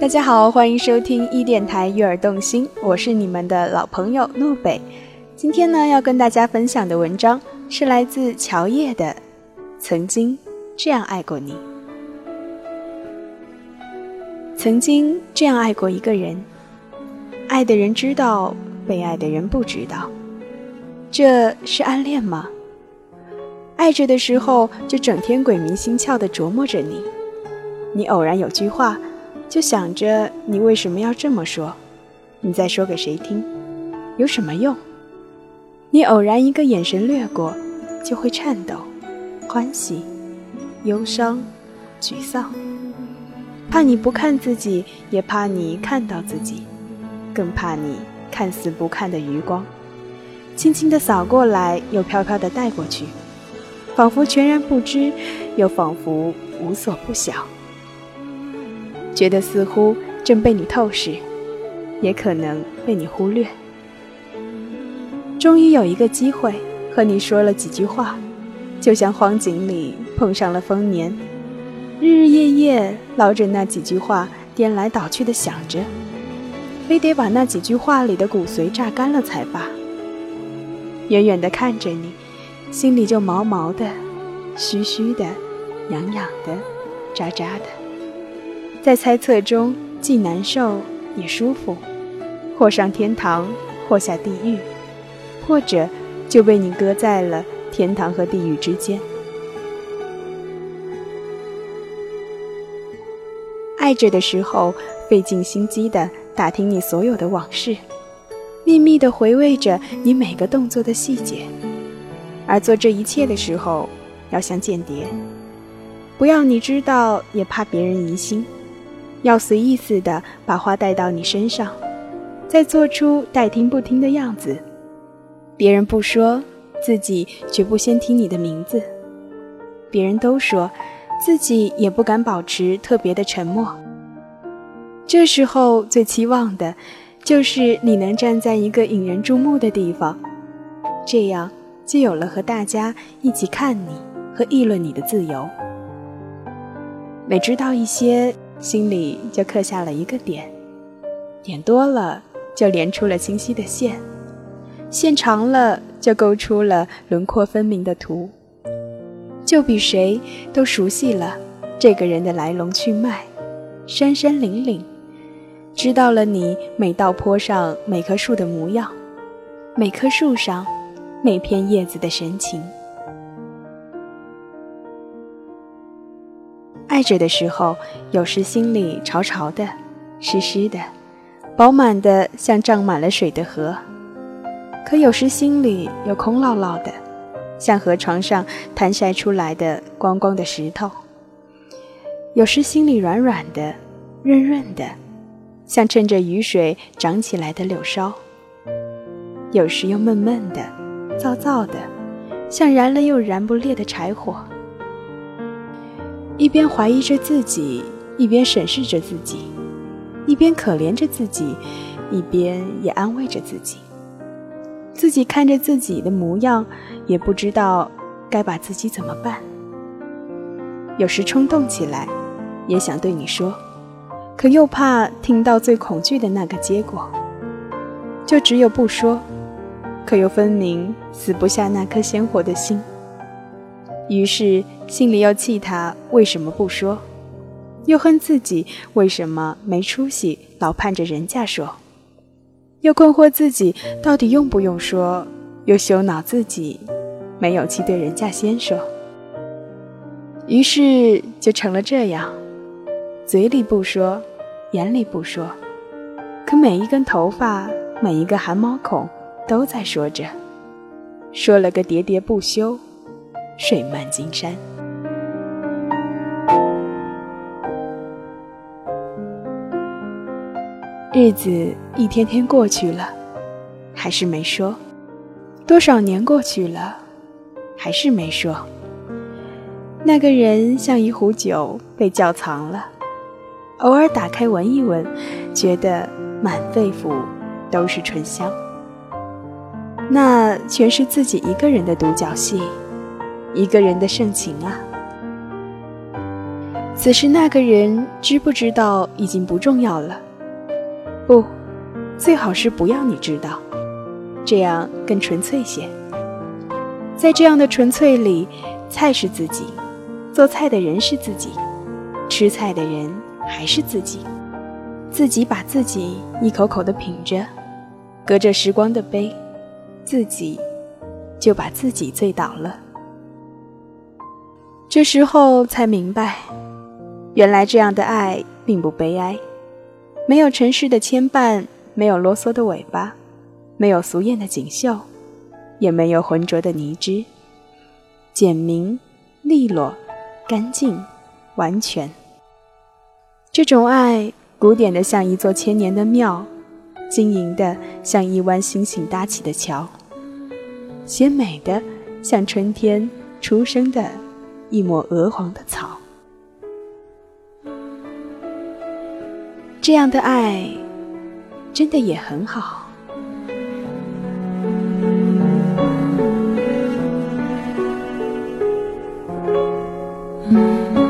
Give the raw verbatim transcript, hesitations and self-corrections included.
家好，欢迎收听一电台悦耳动心，我是你们的老朋友诺北。今天呢，要跟大家分享的文章是来自乔叶的《曾经这样爱过你》。曾经这样爱过一个人，爱的人知道，被爱的人不知道，这是暗恋吗？爱着的时候就整天鬼迷心窍地琢磨着你，你偶然有句话就想着你为什么要这么说，你在说给谁听，有什么用？你偶然一个眼神掠过就会颤抖，欢喜，忧伤，沮丧，怕你不看自己，也怕你看到自己，更怕你看似不看的余光，轻轻地扫过来，又飘飘地带过去，仿佛全然不知，又仿佛无所不晓，觉得似乎正被你透视，也可能被你忽略。终于有一个机会和你说了几句话，就像荒井里碰上了丰年，日日夜夜捞着那几句话颠来倒去的想着，非得把那几句话里的骨髓榨干了才罢。远远地看着你，心里就毛毛的，虚虚的，痒痒的，扎扎的，在猜测中既难受也舒服，或上天堂，或下地狱，或者就被你搁在了天堂和地狱之间。爱着的时候，费尽心机地打听你所有的往事，秘密地回味着你每个动作的细节，而做这一切的时候，要像间谍，不要你知道，也怕别人疑心，要随意似的把话带到你身上，再做出待听不听的样子。别人不说，自己绝不先提你的名字；别人都说，自己也不敢保持特别的沉默。这时候最期望的就是你能站在一个引人注目的地方，这样就有了和大家一起看你和议论你的自由。每知道一些，心里就刻下了一个点，点多了就连出了清晰的线，线长了就勾出了轮廓分明的图，就比谁都熟悉了这个人的来龙去脉，山山岭岭，知道了你每道坡上每棵树的模样，每棵树上每片叶子的神情。爱着的时候，有时心里潮潮的，湿湿的，饱满的像涨满了水的河，可有时心里又空落落的，像河床上摊晒出来的光光的石头。有时心里软软的，润润的，像趁着雨水长起来的柳梢。有时又闷闷的，燥燥的，像燃了又燃不烈的柴火。一边怀疑着自己，一边审视着自己，一边可怜着自己，一边也安慰着自己。自己看着自己的模样，也不知道该把自己怎么办。有时冲动起来，也想对你说，可又怕听到最恐惧的那个结果，就只有不说，可又分明死不下那颗鲜活的心。于是心里又气他为什么不说，又恨自己为什么没出息，老盼着人家说，又困惑自己到底用不用说，又羞恼自己没勇气对人家先说。于是就成了这样，嘴里不说，眼里不说，可每一根头发，每一个汗毛孔都在说着，说了个喋喋不休，水漫金山。日子一天天过去了，还是没说；多少年过去了，还是没说。那个人像一壶酒被窖藏了，偶尔打开闻一闻，觉得满肺腑都是醇香。那全是自己一个人的独角戏，一个人的盛情啊。 此时那个人知不知道已经不重要了，不，最好是不要你知道，这样更纯粹些。在这样的纯粹里，菜是自己，做菜的人是自己，吃菜的人还是自己，自己把自己一口口地品着，隔着时光的杯，自己就把自己醉倒了。这时候才明白，原来这样的爱并不悲哀，没有尘世的牵绊，没有啰嗦的尾巴，没有俗艳的锦绣，也没有浑浊的泥汁，简明、利落、干净、完全。这种爱，古典的像一座千年的庙，晶莹的像一湾星星搭起的桥，鲜美的像春天初生的一抹鹅黄的草。这样的爱真的也很好。嗯